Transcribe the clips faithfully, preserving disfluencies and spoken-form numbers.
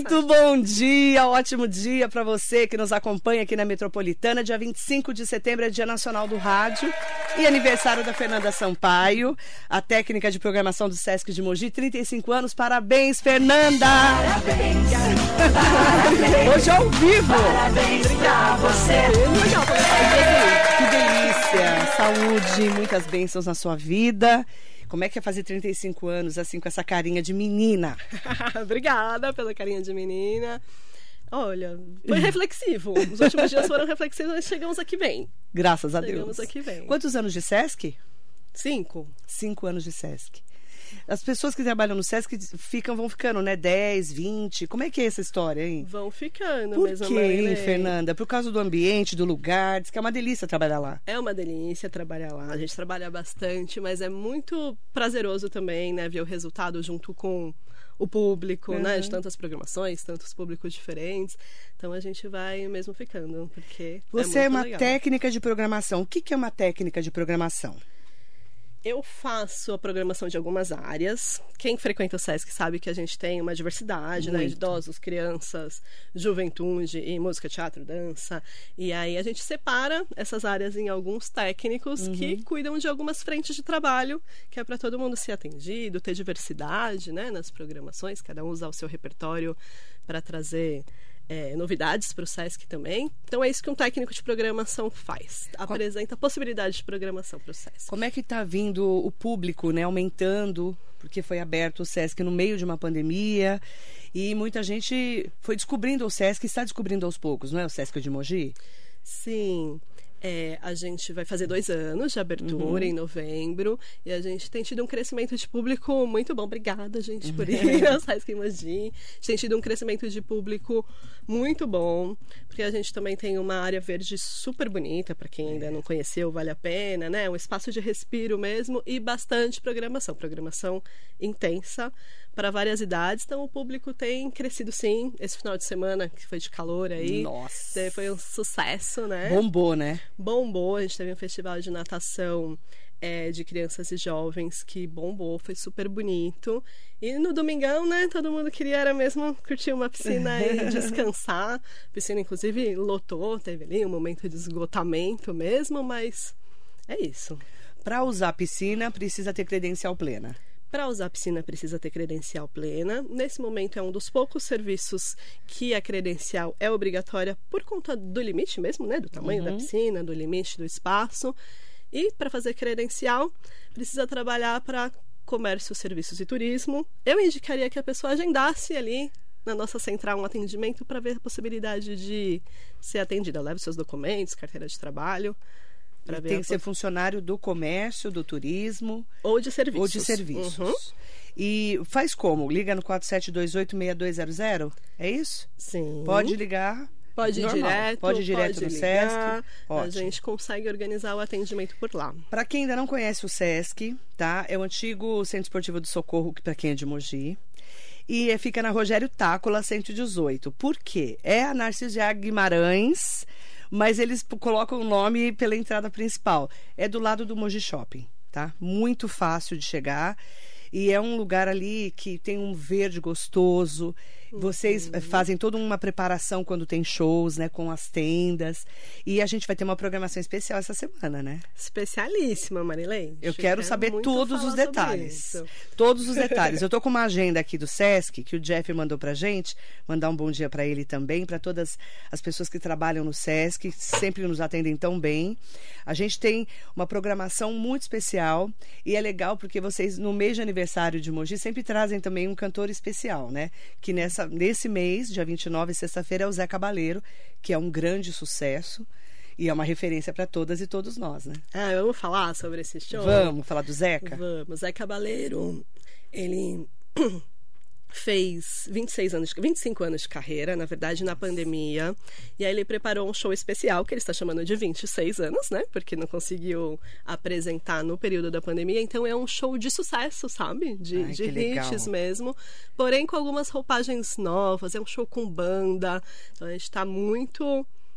Muito bom dia, ótimo dia para você que nos acompanha aqui na Metropolitana. Dia vinte e cinco de setembro é Dia Nacional do Rádio e aniversário da Fernanda Sampaio, a técnica de programação do Sesc de Mogi, trinta e cinco anos. Parabéns, Fernanda! Parabéns! Parabéns. Hoje ao vivo! Parabéns pra você! Legal, que delícia! Saúde, muitas bênçãos na sua vida. Como é que é fazer trinta e cinco anos, assim, com essa carinha de menina? Obrigada pela carinha de menina. Olha, foi reflexivo. Os últimos dias foram reflexivos, mas chegamos aqui bem. Graças a Deus. Chegamos aqui bem. Quantos anos de Sesc? Cinco. Cinco anos de Sesc. As pessoas que trabalham no Sesc ficam, vão ficando, né? dez, vinte. Como é que é essa história, hein? Vão ficando Por mesmo. Por quê, hein, Fernanda? Por causa do ambiente, do lugar. Diz que é uma delícia trabalhar lá. É uma delícia trabalhar lá. A gente trabalha bastante, mas é muito prazeroso também, né? Ver o resultado junto com o público, uhum. né? De tantas programações, tantos públicos diferentes. Então a gente vai mesmo ficando, porque Você é, é uma legal. técnica de programação. O que é uma técnica de programação? Eu faço a programação de algumas áreas. Quem frequenta o Sesc sabe que a gente tem uma diversidade, né, de idosos, crianças, juventude, e música, teatro, dança. E aí a gente separa essas áreas em alguns técnicos uhum. que cuidam de algumas frentes de trabalho, que é para todo mundo ser atendido, ter diversidade, né, nas programações, cada um usar o seu repertório para trazer É, novidades para o Sesc também. Então é isso que um técnico de programação faz. Apresenta a possibilidade de programação para o Sesc. Como é que está vindo o público, né, aumentando, porque foi aberto o Sesc no meio de uma pandemia e muita gente foi descobrindo o Sesc e está descobrindo aos poucos, não é o Sesc de Mogi? Sim. É, a gente vai fazer dois anos de abertura uhum. em novembro e a gente tem tido um crescimento de público muito bom. Obrigada, gente, por ir ao Sesc Mogi. A gente tem tido um crescimento de público muito bom, porque a gente também tem uma área verde super bonita, para quem ainda não conheceu, vale a pena, né? Um espaço de respiro mesmo e bastante programação. Programação intensa para várias idades, então o público tem crescido sim. Esse final de semana, que foi de calor aí, Nossa. foi um sucesso, né? Bombou, né? Bombou, a gente teve um festival de natação é, de crianças e jovens que bombou, foi super bonito. E no domingão, né, todo mundo queria era mesmo curtir uma piscina e descansar. A piscina, inclusive, lotou, teve ali um momento de esgotamento mesmo, mas é isso. Para usar a piscina, precisa ter credencial plena. Para usar a piscina precisa ter credencial plena. Nesse momento é um dos poucos serviços que a credencial é obrigatória por conta do limite mesmo, né? Do tamanho uhum. da piscina, do limite do espaço. E para fazer credencial precisa trabalhar para comércio, serviços e turismo. Eu indicaria que a pessoa agendasse ali na nossa central um atendimento para ver a possibilidade de ser atendida. Leve seus documentos, carteira de trabalho. Tem que ser funcionário do comércio, do turismo. Ou de serviços. Ou de serviços. Uhum. E faz como? Liga no quatro sete dois oito, seis dois zero zero? É isso? Sim. Pode ligar. Pode ir normal. direto. Pode ir direto pode no ligar, Sesc. Ótimo. A gente consegue organizar o atendimento por lá. Para quem ainda não conhece o Sesc, tá? É o antigo Centro Esportivo do Socorro, para quem é de Mogi. E fica na Rogério Tácula, cento e dezoito. Por quê? É a Narciso Guimarães, mas eles colocam o nome pela entrada principal. É do lado do Mogi Shopping, tá? Muito fácil de chegar. E é um lugar ali que tem um verde gostoso. Vocês uhum. fazem toda uma preparação quando tem shows, né? Com as tendas. E a gente vai ter uma programação especial essa semana, né? Especialíssima, Marilene. Eu quero, quero saber todos os detalhes. Todos os detalhes. Eu tô com uma agenda aqui do Sesc, que o Jeff mandou pra gente. Mandar um bom dia para ele também, para todas as pessoas que trabalham no Sesc, que sempre nos atendem tão bem. A gente tem uma programação muito especial. E é legal porque vocês, no mês de aniversário de Mogi, sempre trazem também um cantor especial, né? Que nessa, nesse mês, dia vinte e nove, sexta-feira, é o Zé Cabaleiro, que é um grande sucesso. E é uma referência para todas e todos nós, né? Ah, vamos falar sobre esse show? Vamos falar do Zeca? Vamos. Zé Cabaleiro, ele fez vinte e seis anos, vinte e cinco anos de carreira, na verdade, na pandemia. E aí ele preparou um show especial, que ele está chamando de vinte e seis anos, né? Porque não conseguiu apresentar no período da pandemia. Então é um show de sucesso, sabe? De, Ai, de hits legal. mesmo. Porém, com algumas roupagens novas. É um show com banda. Então a gente está muito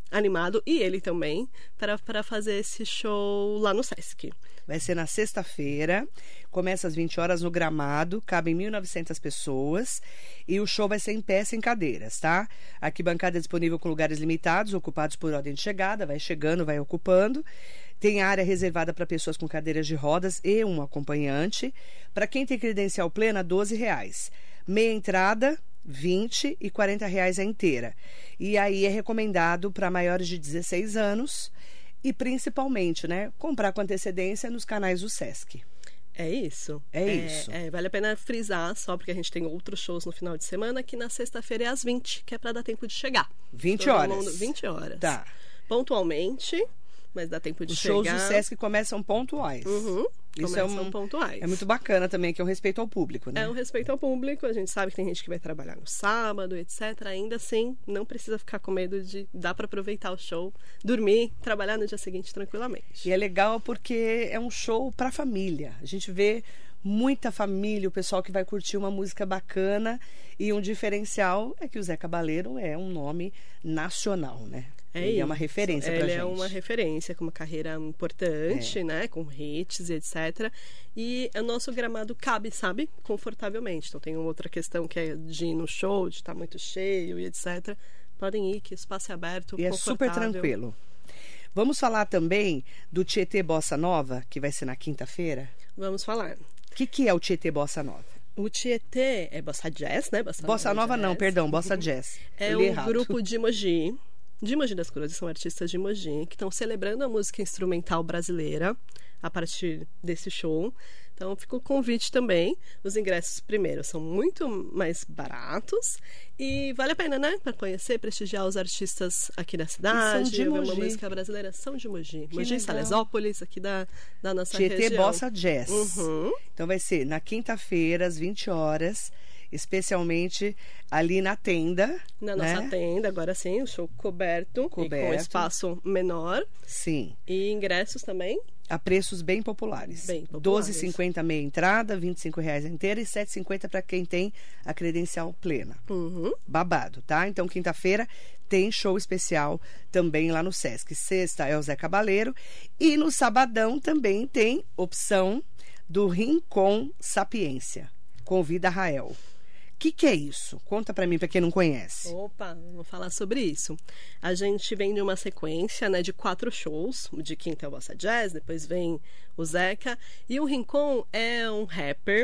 animado, e ele também, para, para fazer esse show lá no Sesc. Vai ser na sexta-feira, começa às vinte horas no gramado, cabem mil e novecentas pessoas e o show vai ser em pé, sem cadeiras, tá? Arquibancada é disponível com lugares limitados, ocupados por ordem de chegada, vai chegando, vai ocupando. Tem área reservada para pessoas com cadeiras de rodas e um acompanhante. Para quem tem credencial plena, doze reais. Meia entrada, vinte e quarenta reais a inteira. E aí é recomendado para maiores de dezesseis anos e principalmente, né, comprar com antecedência nos canais do Sesc. É isso. É, é isso. É, vale a pena frisar, só porque a gente tem outros shows no final de semana, que na sexta-feira é às vinte, que é para dar tempo de chegar. vinte Todo horas. mundo, vinte horas. Tá. Pontualmente, mas dá tempo de Os chegar. shows do Sesc começam pontuais. Uhum. Isso Começam é, um, pontuais. é muito bacana também, que é um respeito ao público, né? É um respeito ao público. A gente sabe que tem gente que vai trabalhar no sábado, etcétera. Ainda assim, não precisa ficar com medo de... Dá para aproveitar o show, dormir, trabalhar no dia seguinte tranquilamente. E é legal porque é um show para família. A gente vê muita família, o pessoal que vai curtir uma música bacana. E um diferencial é que o Zé Cabaleiro é um nome nacional, né? É Ele isso. é uma referência pra Ele gente. é uma referência, com uma carreira importante, É. né? Com hits e etcétera. E o nosso gramado cabe, sabe? Confortavelmente. Então tem uma outra questão que é de ir no show, de estar muito cheio e etcétera. Podem ir, que o espaço é aberto, E é super confortável. tranquilo. Vamos falar também do Tietê Bossa Nova, que vai ser na quinta-feira. Vamos falar. O que, que é o Tietê Bossa Nova? O Tietê é Bossa Jazz, né? Bossa, Bossa Nova Jazz. não, perdão, Bossa Jazz. É Eu li um errado. grupo de Mogi, de Mogi das Cruzes, são artistas de Mogi, que estão celebrando a música instrumental brasileira a partir desse show. Então, fica o convite também. Os ingressos, primeiro, são muito mais baratos e vale a pena, né? Para conhecer, prestigiar os artistas aqui da cidade. de ouvir Mogi. uma música brasileira. São de Mogi. Que Mogi, legal. Salesópolis, aqui da, da nossa Tietê região. Bossa Jazz. Uhum. Então vai ser na quinta-feira, às vinte horas, especialmente ali na tenda. Na nossa né? tenda, agora sim, o show coberto, Coberto. e com espaço menor. Sim. E ingressos também. A preços bem populares. Bem populares. doze reais e cinquenta meia entrada, vinte e cinco reais a inteira e sete reais e cinquenta para quem tem a credencial plena. Uhum. Babado, tá? Então, quinta-feira tem show especial também lá no Sesc. Sexta é o Zé Cabaleiro. E no sabadão também tem opção do Rincon Sapiência. Convida a Rael. O que, que é isso? Conta pra mim, pra quem não conhece. Opa, vou falar sobre isso. A gente vem de uma sequência, né, de quatro shows. De quinta é o Bossa Jazz, depois vem o Zeca. E o Rincon é um rapper.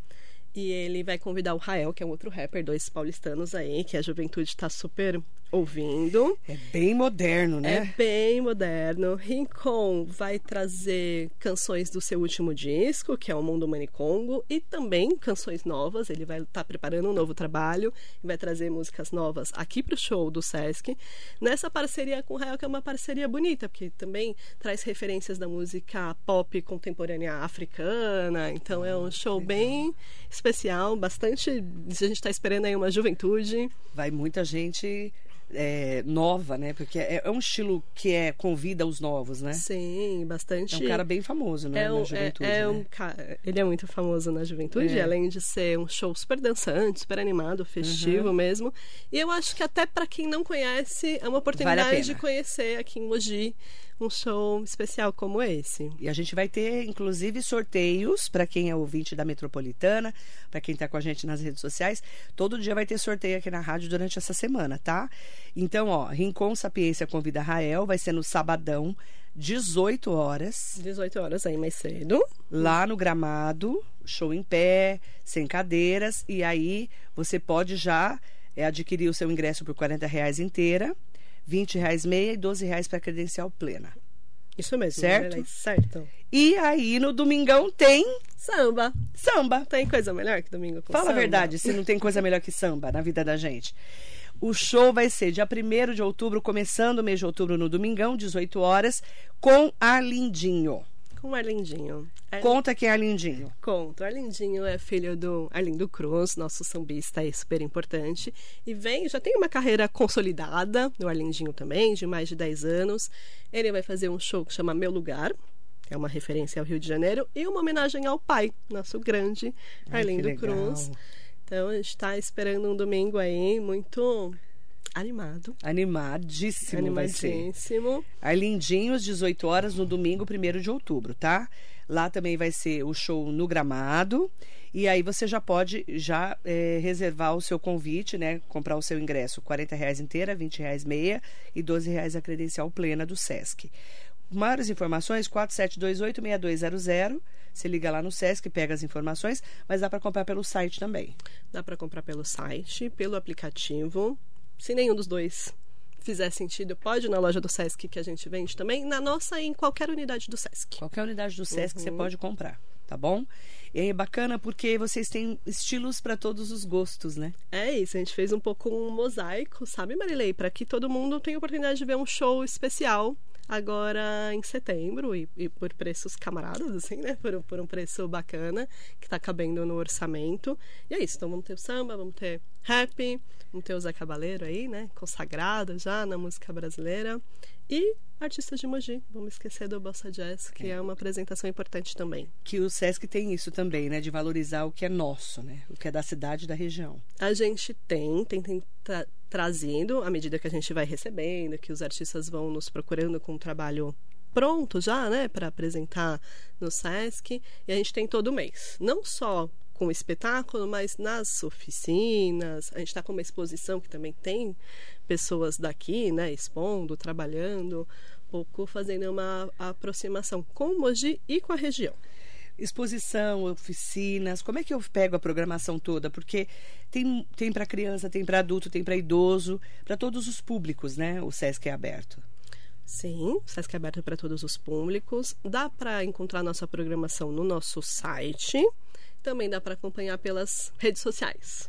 E ele vai convidar o Rael, que é um outro rapper, dois paulistanos aí, que a juventude está super ouvindo. É bem moderno, né? É bem moderno. Rincon vai trazer canções do seu último disco, que é o Mundo Manicongo, e também canções novas. Ele vai estar preparando um novo trabalho e vai trazer músicas novas aqui para o show do Sesc. Nessa parceria com o Rael, que é uma parceria bonita, porque também traz referências da música pop contemporânea africana. Então é um show bem especial, bastante. A gente está esperando aí uma juventude. Vai muita gente é, nova, né? Porque é, é um estilo que é convida os novos, né? Sim, bastante. É um cara bem famoso, né? É um, na juventude, é, é né? um cara, ele é muito famoso na juventude, É. além de ser um show super dançante, super animado, festivo Uhum. mesmo. E eu acho que até para quem não conhece, é uma oportunidade Vale a de pena. conhecer aqui em Mogi um show especial como esse. E a gente vai ter, inclusive, sorteios para quem é ouvinte da Metropolitana, para quem está com a gente nas redes sociais. Todo dia vai ter sorteio aqui na rádio durante essa semana, tá? Então, ó, Rincon Sapiência convida Rael, vai ser no sabadão, dezoito horas, dezoito horas aí mais cedo. lá no Gramado, show em pé, sem cadeiras, e aí você pode já é, adquirir o seu ingresso por quarenta reais inteira, vinte reais meia e doze reais para credencial plena. Isso mesmo. Certo? né? Certo. E aí no domingão tem Samba. samba. Tem coisa melhor que domingo com Fala samba? a verdade, se não tem coisa melhor que samba na vida da gente. O show vai ser dia primeiro de outubro, começando o mês de outubro no domingão, dezoito horas, com Arlindinho. Com o Arlindinho. Ar- Conta quem é Arlindinho. Conto. O Arlindinho é filho do Arlindo Cruz, nosso sambista é super importante. E vem, já tem uma carreira consolidada, o Arlindinho também, de mais de dez anos. Ele vai fazer um show que chama Meu Lugar, que é uma referência ao Rio de Janeiro, e uma homenagem ao pai, nosso grande Ai, Arlindo que legal. Cruz. Então a gente está esperando um domingo aí muito Animado. Animadíssimo vai ser. Animadíssimo. Arlindinhos, dezoito horas, no domingo, primeiro de outubro, tá? Lá também vai ser o show no Gramado. E aí você já pode já é, reservar o seu convite, né? Comprar o seu ingresso, quarenta reais inteira, vinte reais meia e doze reais a credencial plena do Sesc. Maiores informações, quatro sete dois oito, seis dois zero zero. Você liga lá no Sesc, pega as informações, mas dá para comprar pelo site também. Dá para comprar pelo site, pelo aplicativo. Se nenhum dos dois fizer sentido, pode ir na loja do Sesc que a gente vende também. Na nossa e em qualquer unidade do Sesc. Qualquer unidade do Sesc Uhum. você pode comprar, tá bom? E é bacana porque vocês têm estilos para todos os gostos, né? É isso, a gente fez um pouco um mosaico, sabe, Marilei? Para que todo mundo tenha a oportunidade de ver um show especial agora em setembro e, e por preços camaradas, assim, né? Por, por um preço bacana, que tá cabendo no orçamento. E é isso, então vamos ter o samba, vamos ter rap, vamos ter o Zé Cabaleiro aí, né? Consagrado já na música brasileira. E artistas de Mogi, vamos esquecer do Bossa Jazz, que é, é uma apresentação importante também. Que o Sesc tem isso também, né? De valorizar o que é nosso, né? O que é da cidade e da região. A gente tem, tem, tem tra trazendo, à medida que a gente vai recebendo, que os artistas vão nos procurando com um trabalho pronto já, né? Para apresentar no Sesc. E a gente tem todo mês. Não só com o espetáculo, mas nas oficinas. A gente está com uma exposição que também tem pessoas daqui, né, expondo, trabalhando, um pouco fazendo uma aproximação com o Mogi e com a região. Exposição, oficinas, como é que eu pego a programação toda? Porque tem, tem para criança, tem para adulto, tem para idoso, para todos os públicos, né? O Sesc é aberto. Sim, o Sesc é aberto para todos os públicos. Dá para encontrar nossa programação no nosso site. Também dá para acompanhar pelas redes sociais.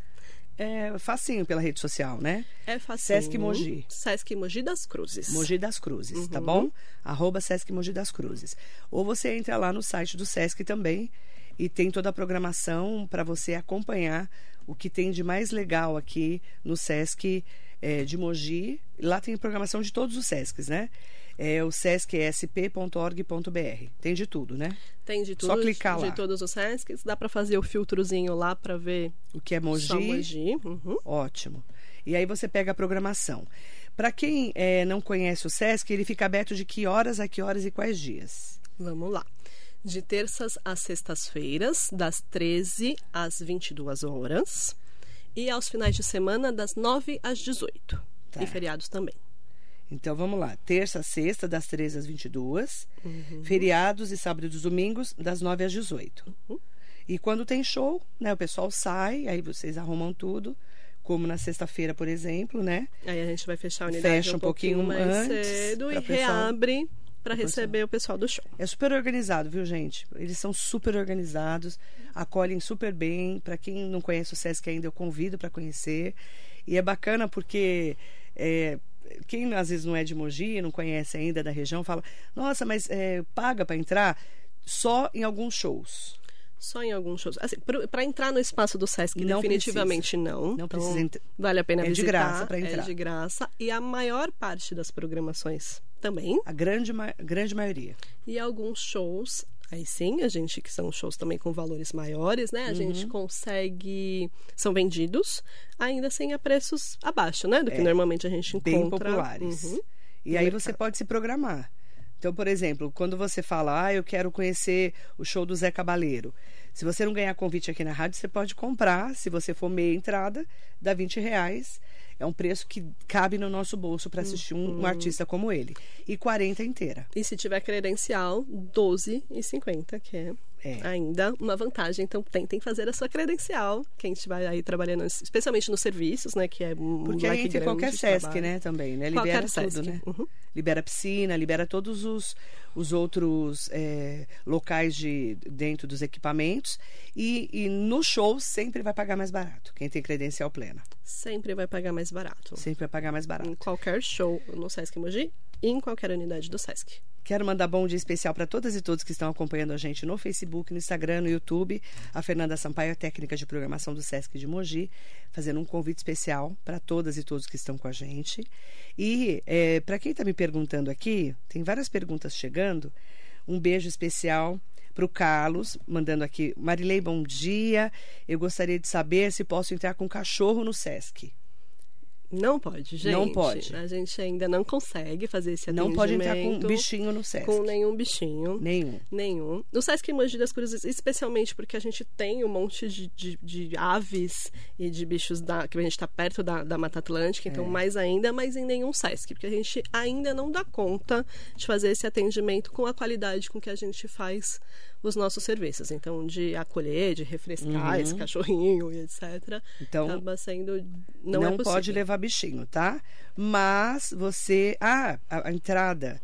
É facinho pela rede social, né? É facinho. Sesc Mogi. Sesc Mogi das Cruzes. Mogi das Cruzes, Uhum. tá bom? Arroba Sesc Mogi das Cruzes. Ou você entra lá no site do Sesc também e tem toda a programação para você acompanhar o que tem de mais legal aqui no Sesc é, de Mogi. Lá tem programação de todos os Sescs, né? É o sesc s p ponto org ponto b r. Tem de tudo, né? Tem de tudo, Só clicar de lá. todos os Sescs. Dá para fazer o filtrozinho lá para ver o que é Mogi. Só Mogi. Uhum. Ótimo. E aí você pega a programação. Para quem é, não conhece o Sesc, ele fica aberto de que horas a que horas e quais dias? Vamos lá. De terças às sextas-feiras, das treze às vinte e duas horas. E aos finais de semana, das nove às dezoito. Tá. E feriados também. Então, vamos lá. Terça a sexta, das treze às vinte e duas. Uhum. Feriados e sábados e domingos, das nove às dezoito. Uhum. E quando tem show, né? O pessoal sai, aí vocês arrumam tudo. Como na sexta-feira, por exemplo, né? Aí a gente vai fechar a unidade Fecha um, um pouquinho pouquinho mais antes, cedo e pra pessoal- reabre para pro receber o pessoal do show. É super organizado, viu, gente? Eles são super organizados, acolhem super bem. Para quem não conhece o Sesc ainda, eu convido para conhecer. E é bacana porque... É, quem às vezes não é de Mogi, não conhece ainda da região, fala, nossa, mas é, paga para entrar só em alguns shows. Só em alguns shows. Assim, para entrar no espaço do Sesc, Não definitivamente precisa. não. Não Então, precisa entrar. vale a pena É de visitar. graça pra entrar. É de graça. E a maior parte das programações também. A grande, ma- grande maioria. E alguns shows, aí sim, a gente, que são shows também com valores maiores, né? A Uhum. gente consegue... São vendidos, ainda assim a preços abaixo, né? Do que É, normalmente a gente encontra. Bem populares. Uhum. E no aí mercado. você pode se programar. Então, por exemplo, quando você fala, ah, eu quero conhecer o show do Zé Cabaleiro. Se você não ganhar convite aqui na rádio, você pode comprar. Se você for meia entrada, dá vinte reais. É um preço que cabe no nosso bolso para assistir um, um artista como ele. E quarenta inteira. E se tiver credencial, doze e cinquenta, que é, É. ainda uma vantagem. Então, tentem fazer a sua credencial. Quem estiver aí trabalhando, especialmente nos serviços, né? Que é um Porque aí leque entra em grande qualquer de Sesc, trabalho. né, também, né? Qualquer Libera tudo, Sesc. né? Uhum. Libera piscina, libera todos os, os outros é, locais de, dentro dos equipamentos. E, e no show sempre vai pagar mais barato. Quem tem credencial plena. Sempre vai pagar mais barato. Sempre vai pagar mais barato. Em qualquer show no Sesc Mogi e em qualquer unidade do Sesc. Quero mandar bom dia especial para todas e todos que estão acompanhando a gente no Facebook, no Instagram, no YouTube. A Fernanda Sampaio, técnica de programação do Sesc de Mogi, fazendo um convite especial para todas e todos que estão com a gente. E é, para quem está me perguntando aqui, tem várias perguntas chegando. Um beijo especial para o Carlos, mandando aqui. Marilei, bom dia. Eu gostaria de saber se posso entrar com cachorro no Sesc. Não pode, gente. Não pode. A gente ainda não consegue fazer esse atendimento. Não pode entrar com bichinho no Sesc. Com nenhum bichinho. Nenhum. Nenhum. No Sesc Mogi das Cruzes, especialmente porque a gente tem um monte de, de, de aves e de bichos da, que a gente está perto da, da Mata Atlântica, então É. mais ainda, mas em nenhum Sesc, porque a gente ainda não dá conta de fazer esse atendimento com a qualidade com que a gente faz os nossos serviços. Então, de acolher, de refrescar Uhum. esse cachorrinho e etcétera. Então, acaba sendo... Não, não é possível. pode levar bichinho, tá? Mas você... Ah, a, a entrada.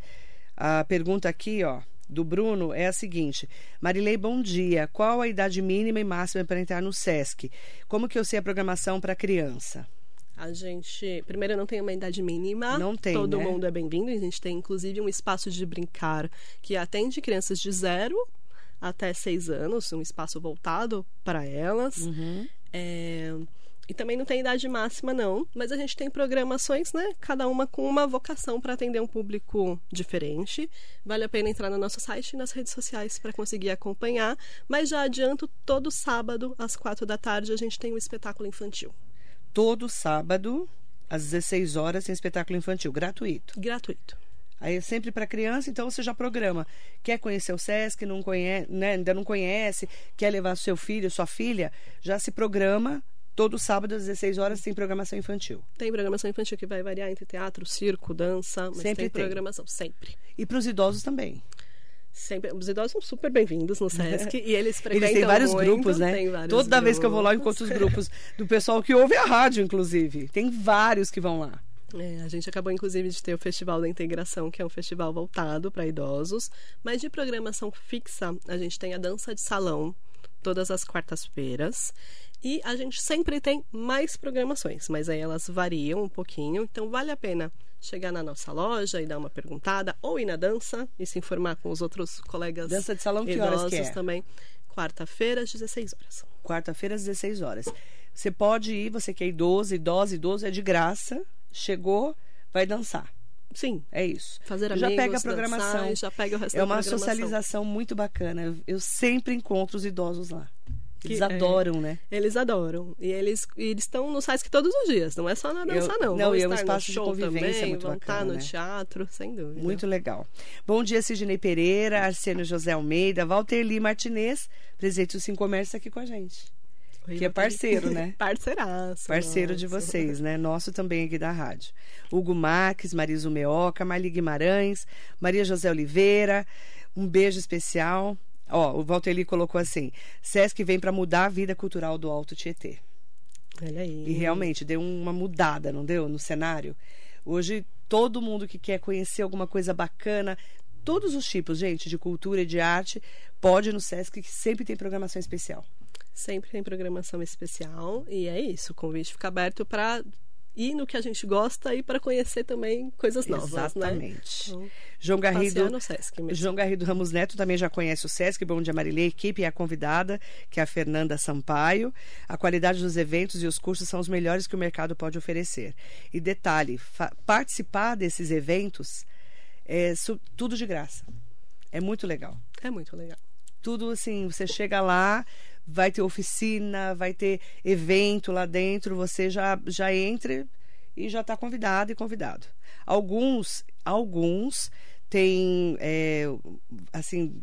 A pergunta aqui, ó, do Bruno é a seguinte. Marilei, bom dia. Qual a idade mínima e máxima para entrar no Sesc? Como que eu sei a programação para criança? A gente, primeiro, não tem uma idade mínima. Não tem, Todo né? mundo é bem-vindo. A gente tem, inclusive, um espaço de brincar que atende crianças de zero até seis anos, um espaço voltado para elas. Uhum. É, e também não tem idade máxima, não. Mas a gente tem programações, né? Cada uma com uma vocação para atender um público diferente. Vale a pena entrar no nosso site e nas redes sociais para conseguir acompanhar. Mas já adianto, todo sábado, às quatro da tarde, a gente tem um espetáculo infantil. Todo sábado, às dezesseis horas, tem espetáculo infantil, gratuito. Gratuito. Aí é sempre para criança, então você já programa. Quer conhecer o Sesc, não conhece, né, ainda não conhece, quer levar seu filho, sua filha, já se programa. Todo sábado, às dezesseis horas, tem programação infantil. Tem programação infantil que vai variar entre teatro, circo, dança, mas Sempre tem tem. programação, sempre. E para os idosos também. Sempre. Os idosos são super bem-vindos no Sesc e eles frequentam Eles têm vários muito, grupos, né? tem vários Toda vez que eu vou lá, eu grupos. encontro os grupos do pessoal que ouve a rádio, inclusive. Tem vários que vão lá. É, a gente acabou, inclusive, de ter o Festival da Integração, que é um festival voltado para idosos. Mas de programação fixa, a gente tem a dança de salão, todas as quartas-feiras. E a gente sempre tem mais programações, mas aí elas variam um pouquinho. Então, vale a pena chegar na nossa loja e dar uma perguntada, ou ir na dança e se informar com os outros colegas Dança de salão, que idosos horas que é? também. Quarta-feira, às dezesseis horas. Quarta-feira, às dezesseis horas. Você pode ir, você que é idoso, idosa, idoso, é de graça. Chegou, vai dançar. Sim. É isso. Fazer já amigos, pega a programação. dançar, e já pega o resto É da uma programação. socialização muito bacana. Eu, eu sempre encontro os idosos lá. Eles Que, adoram, é, né? Eles adoram. E eles e eles estão no Sesc todos os dias. Não é só na dança, Eu- não. não, Vão e é um estar espaço no de show convivência também, muito vão bacana, estar no né? teatro, sem dúvida. Muito legal. Bom dia, Sidney Pereira, Arsênio José Almeida, Walter Lee Martinez, presidente do Sim Comércio, aqui com a gente. Oi, Que é Walter. parceiro, né? Parceiraço. Parceiro de nosso. vocês, né? Nosso também aqui da rádio. Hugo Marques, Marisa Meoca, Marli Guimarães, Maria José Oliveira, um beijo especial. Ó, o Walter Lee colocou assim: Sesc vem para mudar a vida cultural do Alto Tietê. Olha aí. E realmente deu uma mudada, não deu? No cenário. Hoje, todo mundo que quer conhecer alguma coisa bacana, todos os tipos, gente, de cultura e de arte, pode ir no Sesc, que sempre tem programação especial. Sempre tem programação especial. E é isso. O convite fica aberto para ir no que a gente gosta e para conhecer também coisas novas. Exatamente. Né? Então, João Garrido, passear no Sesc mesmo. João Garrido Ramos Neto também já conhece o Sesc. Bom dia, Marilei. Equipe e a convidada, que é a Fernanda Sampaio. A qualidade dos eventos e os cursos são os melhores que o mercado pode oferecer. E detalhe, participar desses eventos é su- tudo de graça. É muito legal. É muito legal. Tudo assim, você chega lá, vai ter oficina, vai ter evento lá dentro, você já, já entra e já está convidado e convidado. Alguns, alguns têm, é, assim,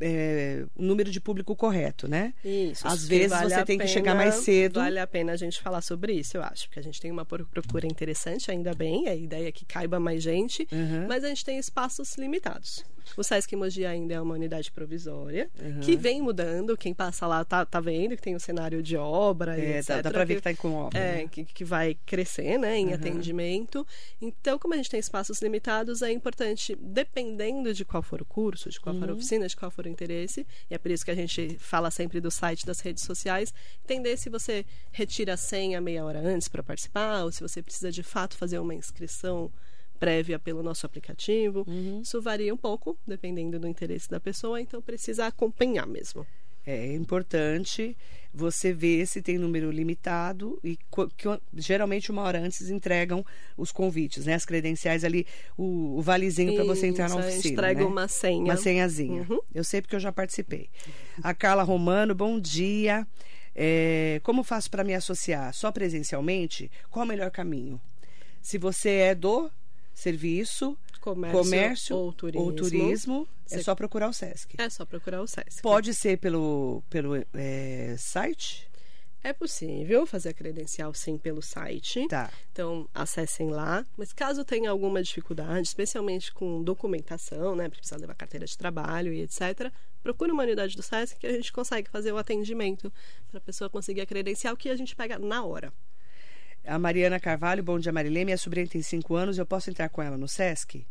é, um número de público correto, né? Isso. Às que vezes vale você a tem que pena- chegar mais cedo. Vale a pena a gente falar sobre isso, eu acho. Porque a gente tem uma pro- procura interessante, ainda bem. A ideia é que caiba mais gente. Uhum. Mas a gente tem espaços limitados. O Sesc Mogi ainda é uma unidade provisória, Uhum. que vem mudando. Quem passa lá tá, tá vendo que tem um cenário de obra e É, etcétera. dá, dá para ver que que- está com obra. É, né? que, que vai crescer, né, em Uhum. atendimento. Então, como a gente tem espaços limitados, é importante, dependendo de qual for o curso, de qual for a Uhum. oficina, de qual for o interesse, e é por isso que a gente fala sempre do site, das redes sociais, entender se você retira a senha meia hora antes para participar, ou se você precisa de fato fazer uma inscrição prévia pelo nosso aplicativo. Uhum. Isso varia um pouco, dependendo do interesse da pessoa, então precisa acompanhar mesmo. É importante você ver se tem número limitado e co- que, geralmente uma hora antes entregam os convites, né? As credenciais ali, o, o valezinho para você entrar na Isso, a oficina. gente entrega né? uma senha. Uma senhazinha. Uhum. Eu sei porque eu já participei. A Carla Romano, bom dia. É, como faço para me associar? Só presencialmente? Qual o melhor caminho? Se você é do serviço, Comércio, comércio ou turismo, ou turismo é Você- só procurar o Sesc. é só procurar o Sesc. Pode ser pelo, pelo é, site? É possível fazer a credencial sim pelo site. Tá. Então, acessem lá. Mas caso tenha alguma dificuldade, especialmente com documentação, né? Precisa levar carteira de trabalho e etcétera. Procure uma unidade do Sesc que a gente consegue fazer o atendimento para a pessoa conseguir a credencial que a gente pega na hora. A Mariana Carvalho, bom dia, Marilê. Minha sobrinha tem cinco anos, eu posso entrar com ela no Sesc?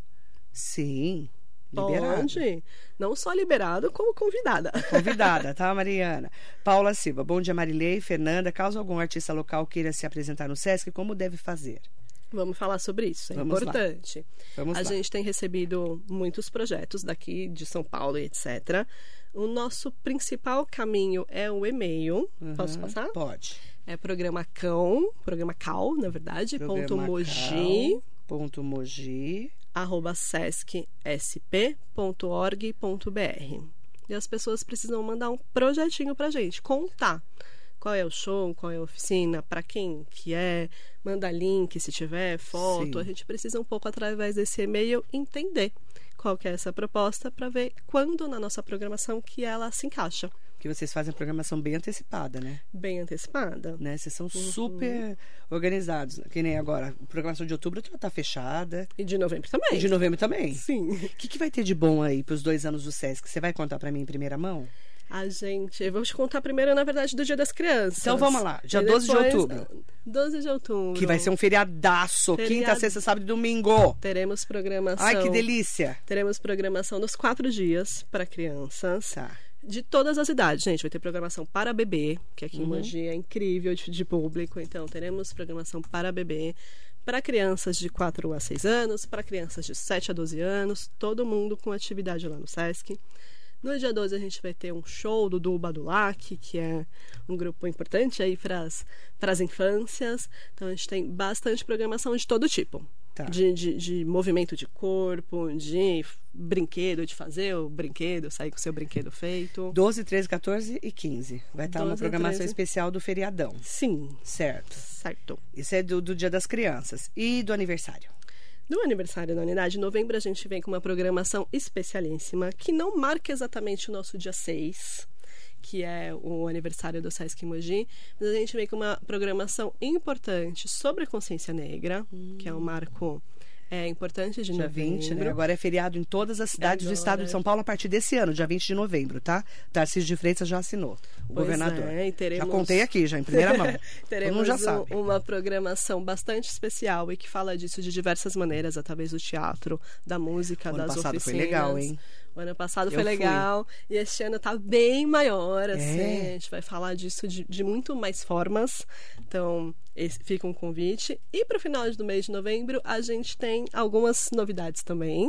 Sim. Liberado. Pode. Não só liberado, como convidada. Convidada, tá, Mariana? Paula Silva, bom dia, Marilei. Fernanda, caso algum artista local queira se apresentar no Sesc, como deve fazer? Vamos falar sobre isso, é Vamos lá. importante. Vamos a lá. gente tem recebido muitos projetos daqui de São Paulo e etcétera. O nosso principal caminho é o e-mail. Uhum, Posso passar? Pode. É programa cão, programa cal, na verdade, Programa ponto mogi, cal, ponto mogi, arroba sesc s p ponto org ponto b r. E as pessoas precisam mandar um projetinho pra gente, contar qual é o show, qual é a oficina, para quem que é, manda link se tiver, foto. Sim. A gente precisa um pouco, através desse e-mail, entender qual que é essa proposta para ver quando na nossa programação que ela se encaixa. que vocês fazem a programação bem antecipada, né? Bem antecipada. né? Vocês são Uhum. super organizados. Que nem agora, a programação de outubro já tá fechada. E de novembro também. E de novembro também. Sim. O que, que vai ter de bom aí pros dois anos do Sesc? Você vai contar pra mim em primeira mão? A gente, eu vou te contar primeiro, na verdade, do Dia das Crianças. Então vamos lá, dia E doze de depois, outubro. doze de outubro. Que vai ser um feriadaço. Feriado. Quinta, sexta, sábado e domingo. Teremos programação. Ai, que delícia. Teremos programação nos quatro dias para crianças. Tá. De todas as idades, gente. Vai ter programação para bebê, que aqui Uhum. em Mogi é incrível de, de público. Então, teremos programação para bebê, para crianças de quatro a seis anos, para crianças de sete a doze anos, todo mundo com atividade lá no Sesc. No dia doze a gente vai ter um show do Duba Dulac, que é um grupo importante aí para as infâncias. Então, a gente tem bastante programação de todo tipo. Tá. De, de, de movimento de corpo, de brinquedo, de fazer o brinquedo, sair com o seu brinquedo feito. doze, treze, quatorze e quinze. Vai estar uma doze, programação treze. especial do feriadão. Sim, Certo. certo. Isso é do, do Dia das Crianças. E do aniversário? No aniversário da unidade, em novembro, a gente vem com uma programação especialíssima, que não marca exatamente o nosso dia seis, que é o aniversário do Sesc Mogi, mas a gente vem com uma programação importante sobre a consciência negra, hum. que é um marco é, importante de dia novembro. vinte, né? Agora é feriado em todas as cidades Agora... do estado de São Paulo a partir desse ano, dia vinte de novembro, tá? Tarcísio de Freitas já assinou, o Pois governador. É, e teremos... Já contei aqui, já em primeira mão. teremos Todo mundo já um, sabe. uma programação bastante especial e que fala disso de diversas maneiras, através do teatro, da música, O das ano passado oficinas. foi legal, hein? O ano passado Eu foi legal e este ano tá bem maior, assim. É. A gente vai falar disso de, de muito mais formas. Então, esse, fica um convite. E para o final do mês de novembro, a gente tem algumas novidades também.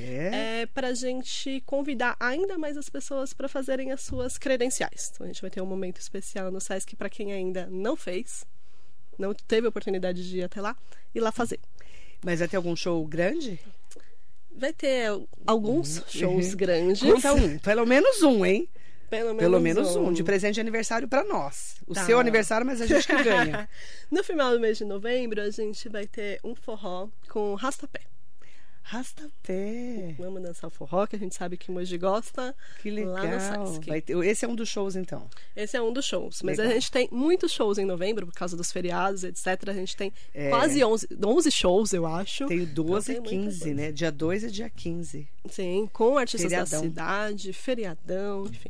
É. É, para a gente convidar ainda mais as pessoas para fazerem as suas credenciais. Então, a gente vai ter um momento especial no Sesc para quem ainda não fez, não teve a oportunidade de ir até lá, ir lá fazer. Mas vai ter algum show grande? Vai ter alguns shows grandes. Conta um, pelo menos um, hein? Pelo menos, Pelo menos um, um de presente de aniversário pra nós. O Tá. seu aniversário, mas a gente que ganha. No final do mês de novembro, a gente vai ter um forró com rastapé. Rastapé. Vamos dançar forró, que a gente sabe que o Mogi gosta. Que Lá no legal. Sesc. Vai ter, esse é um dos shows, então. Esse é um dos shows. Mas Legal. a gente tem muitos shows em novembro, por causa dos feriados, etcétera. A gente tem É. quase onze, onze shows, eu acho. Tem o doze e Então, tem muita quinze, coisa. né? Dia dois e dia quinze. Sim, com artistas Feriadão. da cidade, feriadão, enfim.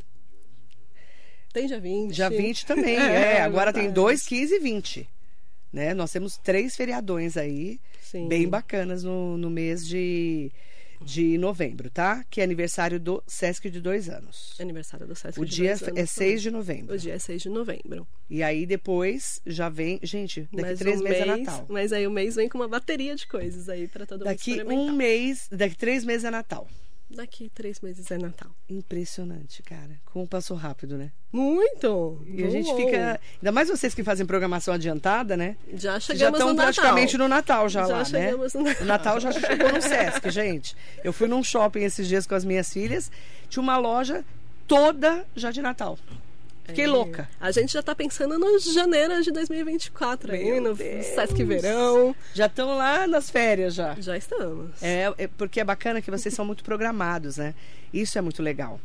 Tem dia vinte. Dia vinte também, é. Agora tem verdade. dois, quinze e vinte. Né? Nós temos três feriadões aí, Sim. bem bacanas no, no mês de, de novembro, tá? Que é aniversário do Sesc de dois anos. Aniversário do Sesc O de dia dois anos é seis de também. novembro. O dia é seis de novembro. E aí depois já vem... Gente, daqui Mas três o meses é mês- Natal. Mas aí o mês vem com uma bateria de coisas aí para todo mundo Daqui experimentar. um mês, daqui três meses é Natal. Daqui três meses é Natal. Impressionante, cara. Como passou rápido, né? Muito! E a gente Voou. fica... Ainda mais vocês que fazem programação adiantada, né? Já Já chegamos estão no Natal. praticamente no Natal já, Já lá, né? chegamos no Natal. O Natal já chegou no Sesc, gente. Eu fui num shopping esses dias com as minhas filhas. Tinha uma loja toda já de Natal. Fiquei É. louca. A gente já tá pensando no janeiro de dois mil e vinte e quatro, aí, Meu no Deus. Sesc Verão. Já estão lá nas férias já. Já estamos. É, é porque é bacana que vocês são muito programados, né? Isso é muito legal.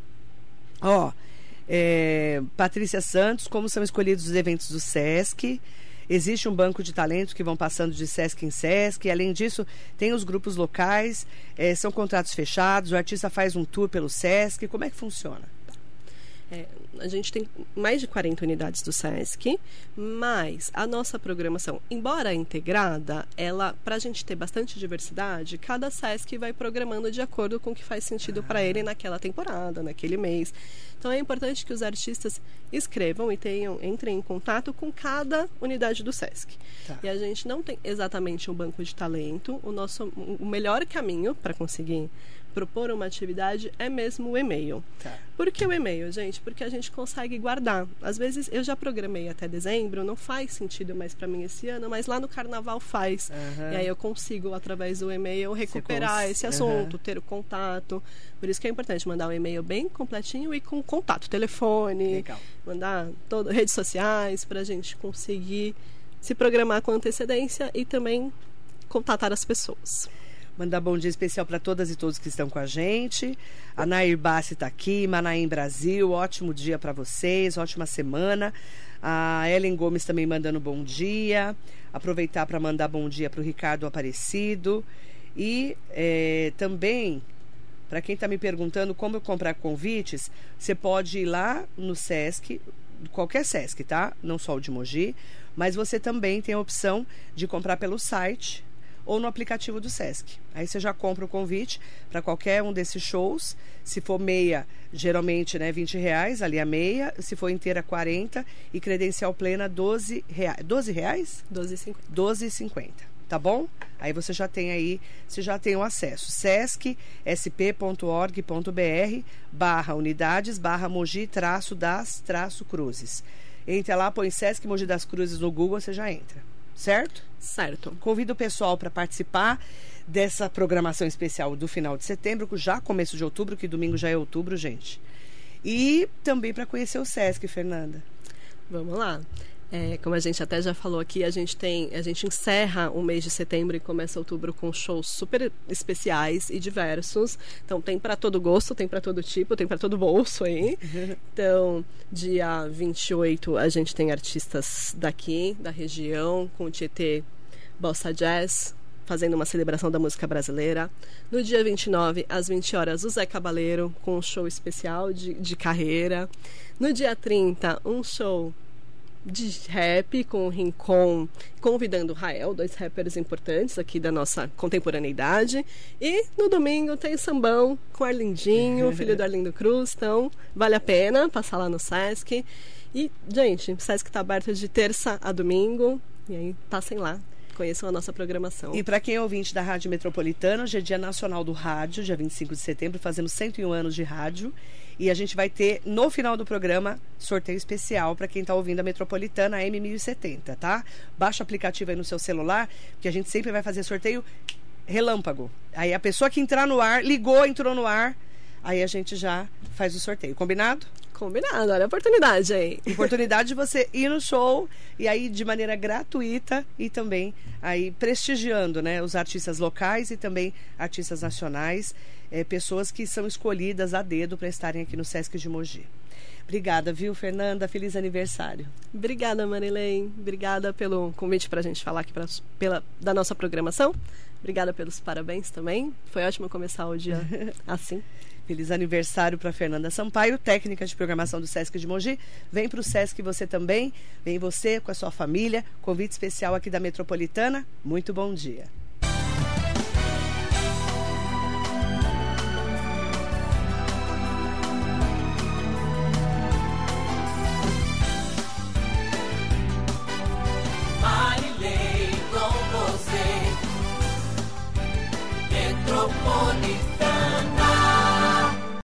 Ó, é, Patrícia Santos, como são escolhidos os eventos do Sesc? Existe um banco de talentos que vão passando de Sesc em Sesc. Além disso, tem os grupos locais, é, são contratos fechados, o artista faz um tour pelo Sesc. Como é que funciona? É, a gente tem mais de quarenta unidades do Sesc, mas a nossa programação, embora integrada, ela, para a gente ter bastante diversidade, cada Sesc vai programando de acordo com o que faz sentido para ele naquela temporada, naquele mês. Então é importante que os artistas escrevam e tenham, entrem em contato com cada unidade do Sesc. Tá. E a gente não tem exatamente um banco de talento. O nosso, o melhor caminho para conseguir propor uma atividade é mesmo o e-mail. Tá. Por que o e-mail, gente? Porque a gente consegue guardar. Às vezes eu já programei até dezembro, não faz sentido mais para mim esse ano, mas lá no carnaval faz. Uhum. E aí eu consigo, através do e-mail, recuperar cons... esse assunto, uhum. ter o contato. Por isso que é importante mandar um e-mail bem completinho e com contato, telefone, Legal. mandar todo, redes sociais, para a gente conseguir se programar com antecedência e também contatar as pessoas. Mandar bom dia especial para todas e todos que estão com a gente. A Nair Bassi está aqui, Manaim Brasil, ótimo dia para vocês, ótima semana. A Ellen Gomes também mandando bom dia. Aproveitar para mandar bom dia para o Ricardo Aparecido. E é, também, para quem está me perguntando como eu comprar convites, você pode ir lá no Sesc, qualquer Sesc, tá? Não só o de Mogi, mas você também tem a opção de comprar pelo site ou no aplicativo do Sesc. Aí você já compra o convite para qualquer um desses shows. Se for meia, geralmente, né, vinte reais, ali a meia. Se for inteira, quarenta. E credencial plena, doze reais. doze reais? doze e cinquenta. doze e cinquenta, tá bom? Aí você já tem aí, você já tem o acesso. sesc s p ponto org ponto b r barra unidades barra Mogi traço das traço cruzes. Entra lá, põe Sesc Mogi das Cruzes no Google, você já entra. Certo? Certo. Convido o pessoal para participar dessa programação especial do final de setembro, já começo de outubro, que domingo já é outubro, gente. E também para conhecer o Sesc, Fernanda. Vamos lá. É, como a gente até já falou aqui, a gente tem, a gente encerra o mês de setembro e começa outubro com shows super especiais e diversos. Então tem para todo gosto, tem para todo tipo, tem para todo bolso aí. Então, dia vinte e oito a gente tem artistas daqui, da região, com o Tietê Bossa Jazz, fazendo uma celebração da música brasileira. No dia vinte e nove, às vinte horas, o Zé Cabaleiro, com um show especial de, de carreira. No dia trinta, um show de rap com o Rincon, convidando o Rael, dois rappers importantes aqui da nossa contemporaneidade. E no domingo tem sambão com Arlindinho, filho do Arlindo Cruz. Então vale a pena passar lá no Sesc. E, gente, o Sesc está aberto de terça a domingo. E aí passem lá, conheçam a nossa programação. E para quem é ouvinte da Rádio Metropolitana, hoje é Dia Nacional do Rádio, dia vinte e cinco de setembro, fazemos cento e um anos de rádio. E a gente vai ter, no final do programa, sorteio especial para quem está ouvindo a Metropolitana a M mil e setenta, tá? Baixa o aplicativo aí no seu celular, que a gente sempre vai fazer sorteio relâmpago. Aí a pessoa que entrar no ar, ligou, entrou no ar, aí a gente já faz o sorteio. Combinado? Combinado, olha a oportunidade aí. Oportunidade de você ir no show e aí de maneira gratuita e também aí prestigiando, né, os artistas locais e também artistas nacionais, é, pessoas que são escolhidas a dedo para estarem aqui no Sesc de Mogi. Obrigada, viu, Fernanda? Feliz aniversário. Obrigada, Marilene. Obrigada pelo convite para a gente falar aqui pra, pela, da nossa programação. Obrigada pelos parabéns também. Foi ótimo começar o dia assim. Feliz aniversário para Fernanda Sampaio, técnica de programação do Sesc de Mogi. Vem para o Sesc você também. Vem você com a sua família. Convite especial aqui da Metropolitana. Muito bom dia. Marilei com você, Metropolitana.